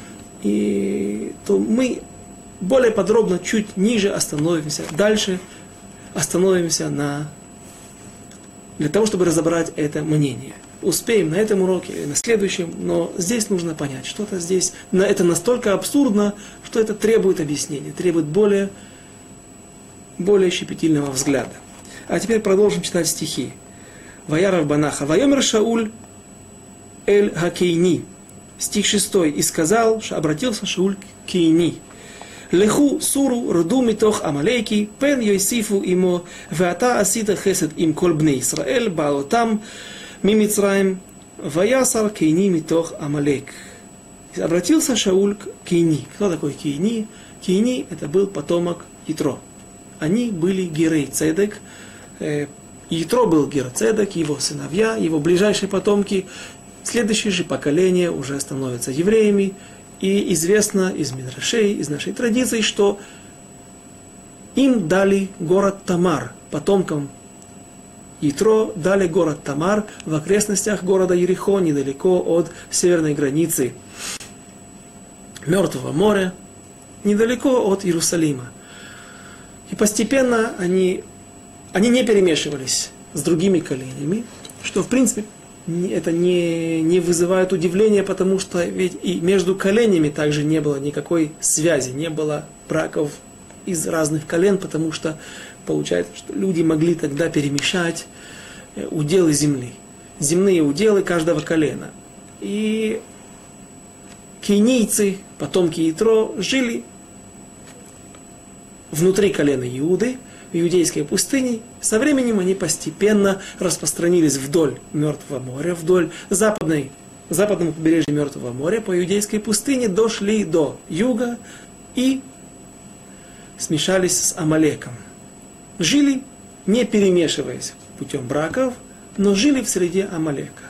то мы более подробно чуть ниже остановимся, дальше остановимся для того, чтобы разобрать это мнение. Успеем на этом уроке или на следующем, но здесь нужно понять, что-то здесь, это настолько абсурдно, что это требует объяснения, требует более щепетильного взгляда. А теперь продолжим читать стихи. Ваяров Банаха. Вайомер Шауль эль Хакейни. Стих 6. И сказал, что обратился Шауль к Кейни. Леху суру рду митох амалейки, пен йосифу имо, веата асита хесед им кол бней Исраэль, баотам, Мимицраим, Ваясар Кейни митох Амалек. Обратился Шауль к Кейни. Кто такой Кейни? Кейни это был потомок Итро. Они были Герей Цедек. Итро был Гер Цедек, его сыновья, его ближайшие потомки. Следующее же поколение уже становятся евреями. И известно из Мидрашей, из нашей традиции, что им дали город Тамар, потомкам Итро дали город Тамар в окрестностях города Ерихон, недалеко от северной границы Мертвого моря, недалеко от Иерусалима. И постепенно они не перемешивались с другими коленями, что в принципе это не вызывает удивления, потому что ведь и между коленями также не было никакой связи, не было браков из разных колен, потому что получается, что люди могли тогда перемешать уделы земли, земные уделы каждого колена. И кейнийцы, потомки Итро, жили внутри колена Иуды, в иудейской пустыне. Со временем они постепенно распространились вдоль Мертвого моря, вдоль западного побережья Мертвого моря, по иудейской пустыне, дошли до юга и смешались с Амалеком. Жили, не перемешиваясь путем браков, но жили в среде Амалека.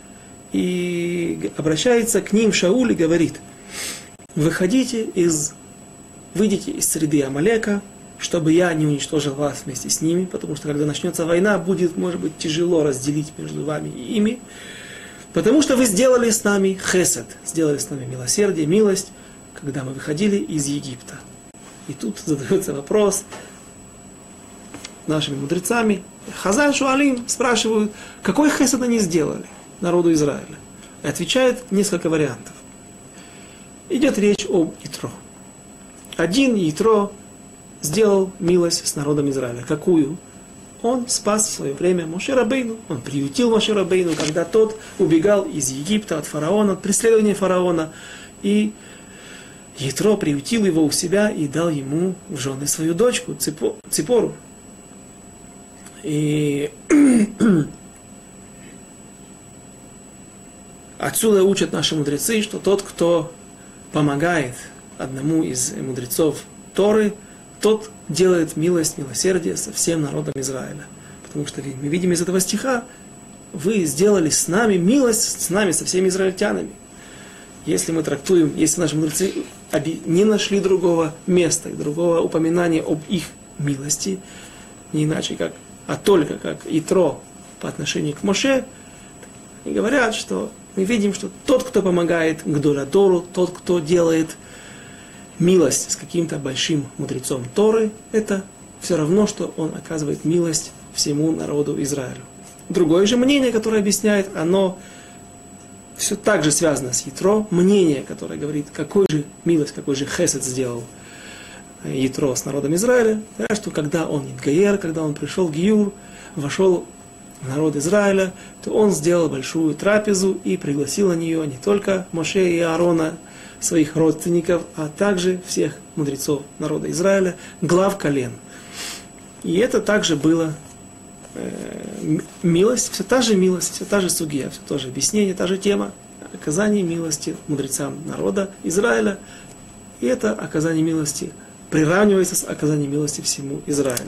И обращается к ним Шауль и говорит: выйдите из среды Амалека, чтобы я не уничтожил вас вместе с ними, потому что когда начнется война, будет, может быть, тяжело разделить между вами и ими, потому что вы сделали с нами хесед, сделали с нами милосердие, милость, когда мы выходили из Египта. И тут задается вопрос нашими мудрецами. Хазаль Шуалим спрашивают, какой хесед они сделали народу Израиля. И отвечает несколько вариантов. Идет речь об Итро. Один Итро сделал милость с народом Израиля. Какую? Он спас в свое время Моше Рабейну. Он приютил Моше Рабейну, когда тот убегал из Египта от фараона, от преследования фараона. И Итро приютил его у себя и дал ему в жены свою дочку Ципору. И отсюда учат наши мудрецы, что тот, кто помогает одному из мудрецов Торы, тот делает милость, милосердие со всем народом Израиля. Потому что мы видим из этого стиха, вы сделали с нами милость, с нами, со всеми израильтянами. Если мы трактуем, если наши мудрецы не нашли другого места, другого упоминания об их милости, не иначе как, а только как Итро по отношению к Моше, и говорят, что мы видим, что тот, кто помогает Гдоладору, тот, кто делает милость с каким-то большим мудрецом Торы, это все равно, что он оказывает милость всему народу Израилю. Другое же мнение, которое объясняет, оно все так же связано с Итро, мнение, которое говорит, какой же милость, какой же хесед сделал Итро с народом Израиля, что когда он Идгаер, когда он пришел в Гиюр, вошел в народ Израиля, то он сделал большую трапезу и пригласил на нее не только Моше и Аарона, своих родственников, а также всех мудрецов народа Израиля, глав колен. И это также было милость, все та же сугия, все то же объяснение, та же тема, оказание милости мудрецам народа Израиля. И это оказание милости приравнивается с оказанием милости всему Израилю.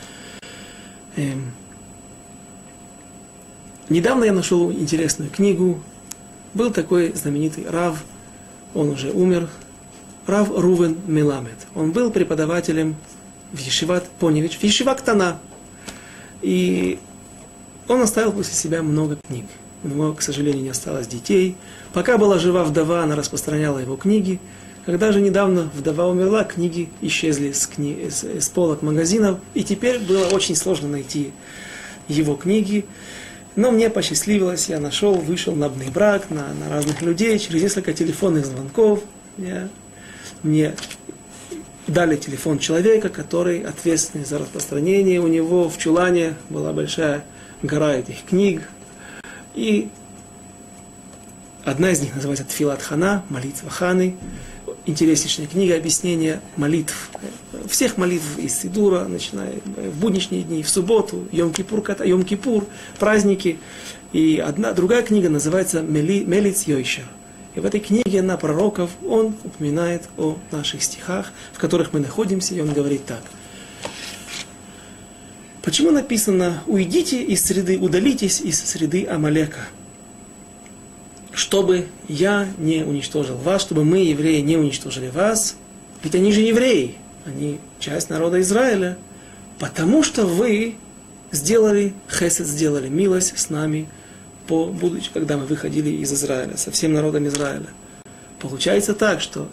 Недавно я нашел интересную книгу. Был такой знаменитый Рав, он уже умер, Рав Рувен Меламед. Он был преподавателем в Ешиват Поневич, в Ешиват Ктана. И он оставил после себя много книг. У него, к сожалению, не осталось детей. Пока была жива вдова, она распространяла его книги. Когда же недавно вдова умерла, книги исчезли с полок магазинов. И теперь было очень сложно найти его книги. Но мне посчастливилось, я вышел на бней-брак, на разных людей, через несколько телефонных звонков. Мне дали телефон человека, который ответственный за распространение. У него в чулане была большая гора этих книг. И одна из них называется Тфилат Хана, молитва Ханы. Интереснейшая книга объяснения молитв. Всех молитв из Сидура, начиная в будничные дни, в субботу, Йом-Кипур, праздники. И другая книга называется «Мелиц Йойшер». И в этой книге на пророков он упоминает о наших стихах, в которых мы находимся, и он говорит так. Почему написано «Уйдите из среды, удалитесь из среды Амалека», чтобы я не уничтожил вас, чтобы мы, евреи, не уничтожили вас, ведь они же евреи, они часть народа Израиля, потому что вы сделали хесед, сделали милость с нами, будучи, когда мы выходили из Израиля, со всем народом Израиля. Получается так, что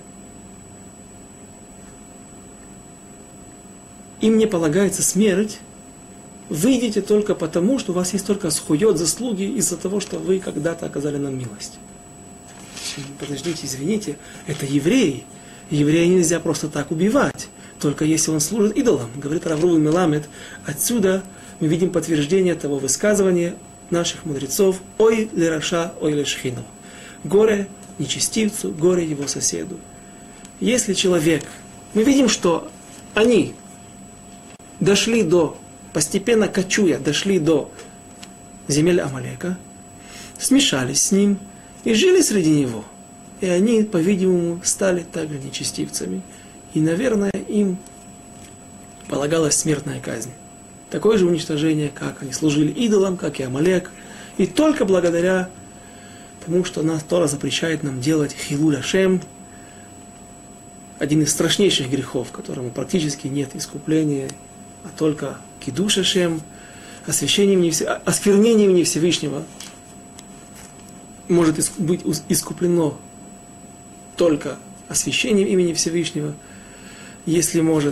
им не полагается смерть, вы идете только потому, что у вас есть только схует, заслуги из-за того, что вы когда-то оказали нам милость. Подождите, извините, это евреи. Еврея нельзя просто так убивать, только если он служит идолам. Говорит Рав Рувен Меламед. Отсюда мы видим подтверждение того высказывания наших мудрецов «Ой лераша, ой лешхину». Горе нечестивцу, горе его соседу. Если человек... Мы видим, что они дошли постепенно кочуя, дошли до земель Амалека, смешались с ним и жили среди него. И они, по-видимому, стали также нечестивцами. И, наверное, им полагалась смертная казнь. Такое же уничтожение, как они служили идолам, как и Амалек. И только благодаря тому, что нас Тора запрещает нам делать хилуль Ашем, один из страшнейших грехов, которому практически нет искупления, а только кидуш Ашем, осквернение имени Всевышнего может быть искуплено только освящением имени Всевышнего, если может.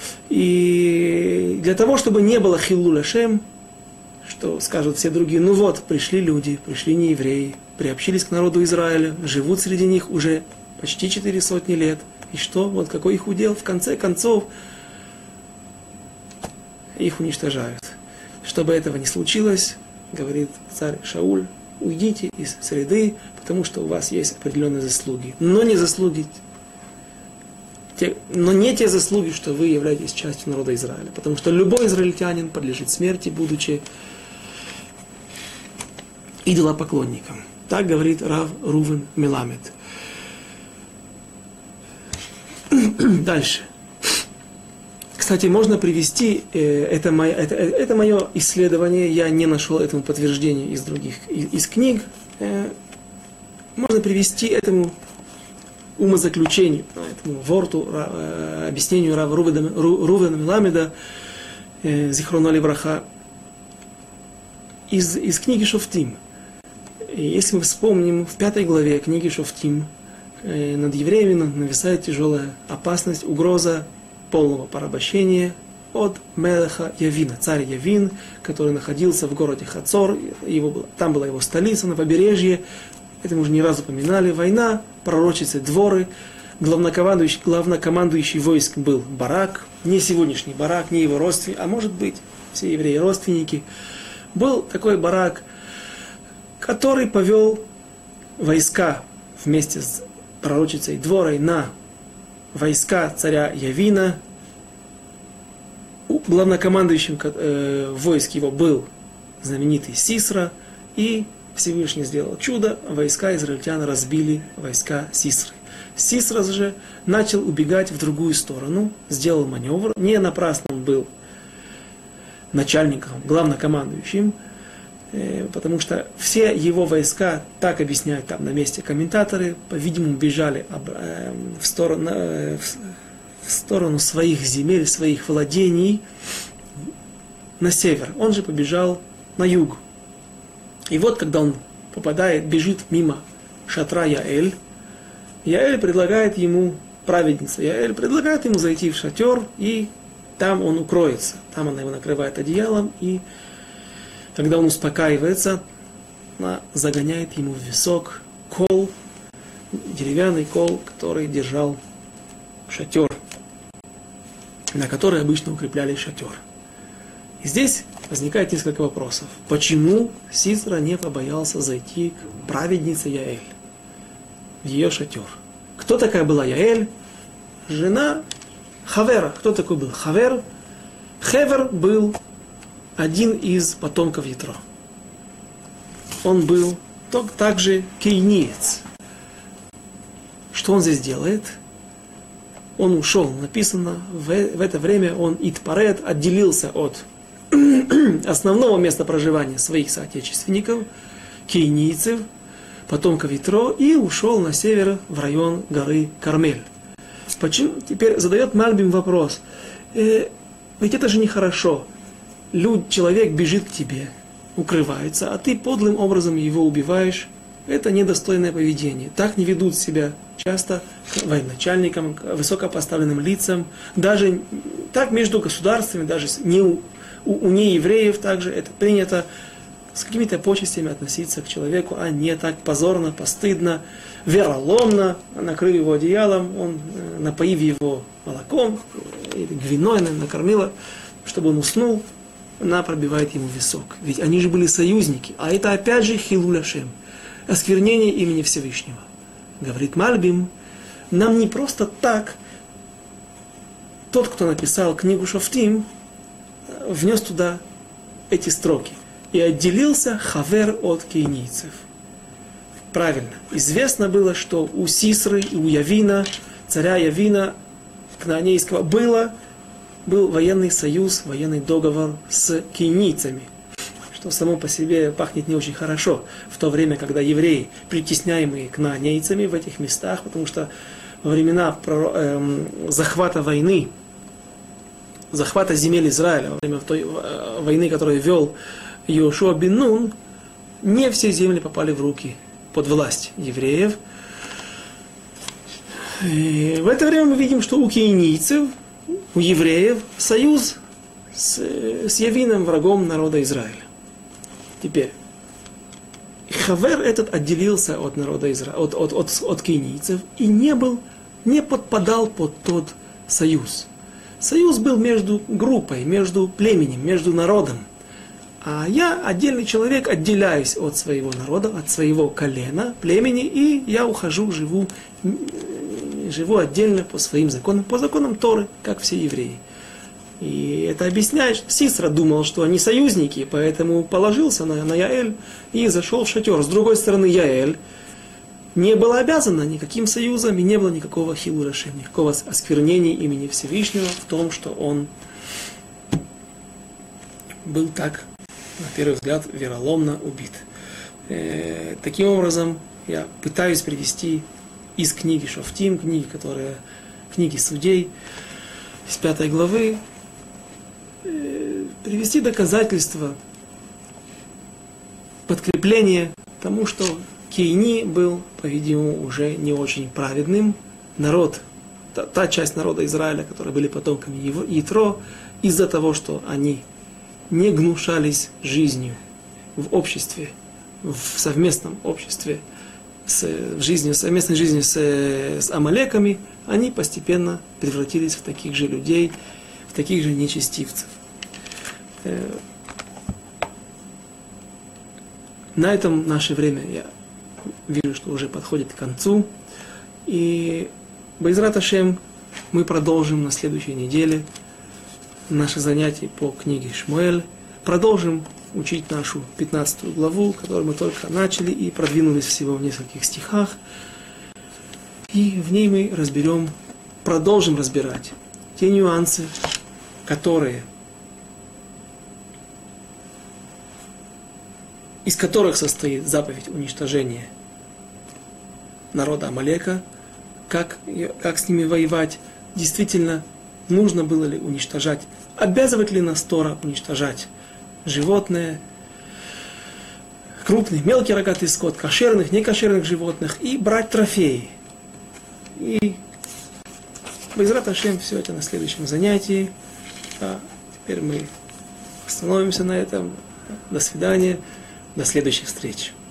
И для того, чтобы не было хилуль Ашем, что скажут все другие, ну вот, пришли люди, пришли неевреи, приобщились к народу Израиля, живут среди них уже почти 400 лет. И что? Вот какой их удел? В конце концов, их уничтожают. Чтобы этого не случилось, говорит царь Шауль, уйдите из среды, потому что у вас есть определенные заслуги. Но не те заслуги, что вы являетесь частью народа Израиля. Потому что любой израильтянин подлежит смерти, будучи идолопоклонником. Так говорит Рав Рувен Меламед. Дальше. Кстати, можно привести, это мое исследование, я не нашел этому подтверждения из книг. Можно привести этому умозаключению, этому ворту, объяснению Рава Рувена Меламеда, Зихроно левраха, из книги Шофтим. Если мы вспомним, в 5 главе книги Шофтим над евреями нависает тяжелая опасность, угроза полного порабощения от Мелеха Явина, царь Явин, который находился в городе Хацор, там была его столица на побережье, это мы уже не раз упоминали, война, пророчицы Дворы, главнокомандующий войск был Барак, не сегодняшний Барак, не его родственник, а может быть, все евреи родственники. Был такой Барак, который повел войска вместе с пророчицей Дворой на войска царя Явина. Главнокомандующим войск его был знаменитый Сисра, и Всевышний сделал чудо, войска израильтян разбили войска Сисры. Сисра же начал убегать в другую сторону, сделал маневр, не напрасно он был начальником, главнокомандующим, потому что все его войска, так объясняют там на месте комментаторы, по-видимому, бежали в сторону своих земель, своих владений на север. Он же побежал на юг. И вот, когда он бежит мимо шатра Яэль, Яэль предлагает ему, праведница Яэль предлагает ему зайти в шатер, и там он укроется. Там она его накрывает одеялом, и когда он успокаивается, она загоняет ему в висок кол, деревянный кол, который держал шатер, на который обычно укрепляли шатер. И здесь возникает несколько вопросов. Почему Сисра не побоялся зайти к праведнице Яэль в ее шатер? Кто такая была Яэль? Жена Хавера. Кто такой был Хавер? Хевер был один из потомков Ятро. он был также кейниец. Что он здесь делает? Он ушел, написано, в это время он итпарет, отделился от основного места проживания своих соотечественников, кейнийцев, потомков Итро, и ушел на север в район горы Кармель. Почему? Теперь задает Мальбим вопрос. Ведь это же нехорошо. Человек бежит к тебе, укрывается, а ты подлым образом его убиваешь. Это недостойное поведение. Так не ведут себя часто к военачальникам, к высокопоставленным лицам. Даже так между государствами, даже у неевреев также это принято с какими-то почестями относиться к человеку, а не так позорно, постыдно, вероломно, накрыв его одеялом, напоив его молоком или гвиной, накормила, чтобы он уснул, она пробивает ему висок. Ведь они же были союзники, а это опять же хилуль Ашем, осквернение имени Всевышнего. Говорит Мальбим, нам не просто так тот, кто написал книгу Шофтим, внес туда эти строки. И отделился Хавер от кейнийцев. Правильно. Известно было, что у Сисры и у Явина, царя Явина, кнаанейского, был военный союз, военный договор с кейнийцами. Что само по себе пахнет не очень хорошо. В то время, когда евреи, притесняемые кнаанейцами в этих местах, потому что во времена захвата войны, захвата земель Израиля, во время той войны, которую вел Йошуа бен Нун, не все земли попали в руки под власть евреев. И в это время мы видим, что у кейнийцев, у евреев, союз с Явином, врагом народа Израиля. Теперь, Хавер этот отделился от народа Израиля, от кейнийцев и не подпадал под тот союз. Союз был между группой, между племенем, между народом. А я, отдельный человек, отделяюсь от своего народа, от своего колена, племени, и я ухожу, живу отдельно по своим законам, по законам Торы, как все евреи. И это объясняет, что Сисра думал, что они союзники, поэтому положился на Яэль и зашел в шатер. С другой стороны, Яэль не была обязана никаким союзом, и не было никакого хилуля Ашем, никакого осквернения имени Всевышнего в том, что он был так, на первый взгляд, вероломно убит. Таким образом, я пытаюсь привести из книги Шофтим, книги судей, из 5 главы, привести доказательства, подкрепление тому, что Кейни был, по-видимому, уже не очень праведным. Народ, та часть народа Израиля, которые были потомками Итро, из-за того, что они не гнушались жизнью в обществе, в совместном обществе, в совместной жизни с амалеками, они постепенно превратились в таких же людей, в таких же нечестивцев. На этом наше время, я вижу, что уже подходит к концу. И Бе'эзрат Ашем мы продолжим на следующей неделе наши занятия по книге Шмуэль. Продолжим учить нашу 15 главу, которую мы только начали и продвинулись всего в нескольких стихах. И в ней мы продолжим разбирать те нюансы, из которых состоит заповедь уничтожения народа Амалека, как с ними воевать, действительно нужно было ли уничтожать, обязывает ли нас Тора уничтожать животные, крупный, мелкий рогатый скот, кошерных, некошерных животных, и брать трофеи. И Бе'эзрат Ашем все это на следующем занятии. А теперь мы остановимся на этом. До свидания. До следующих встреч.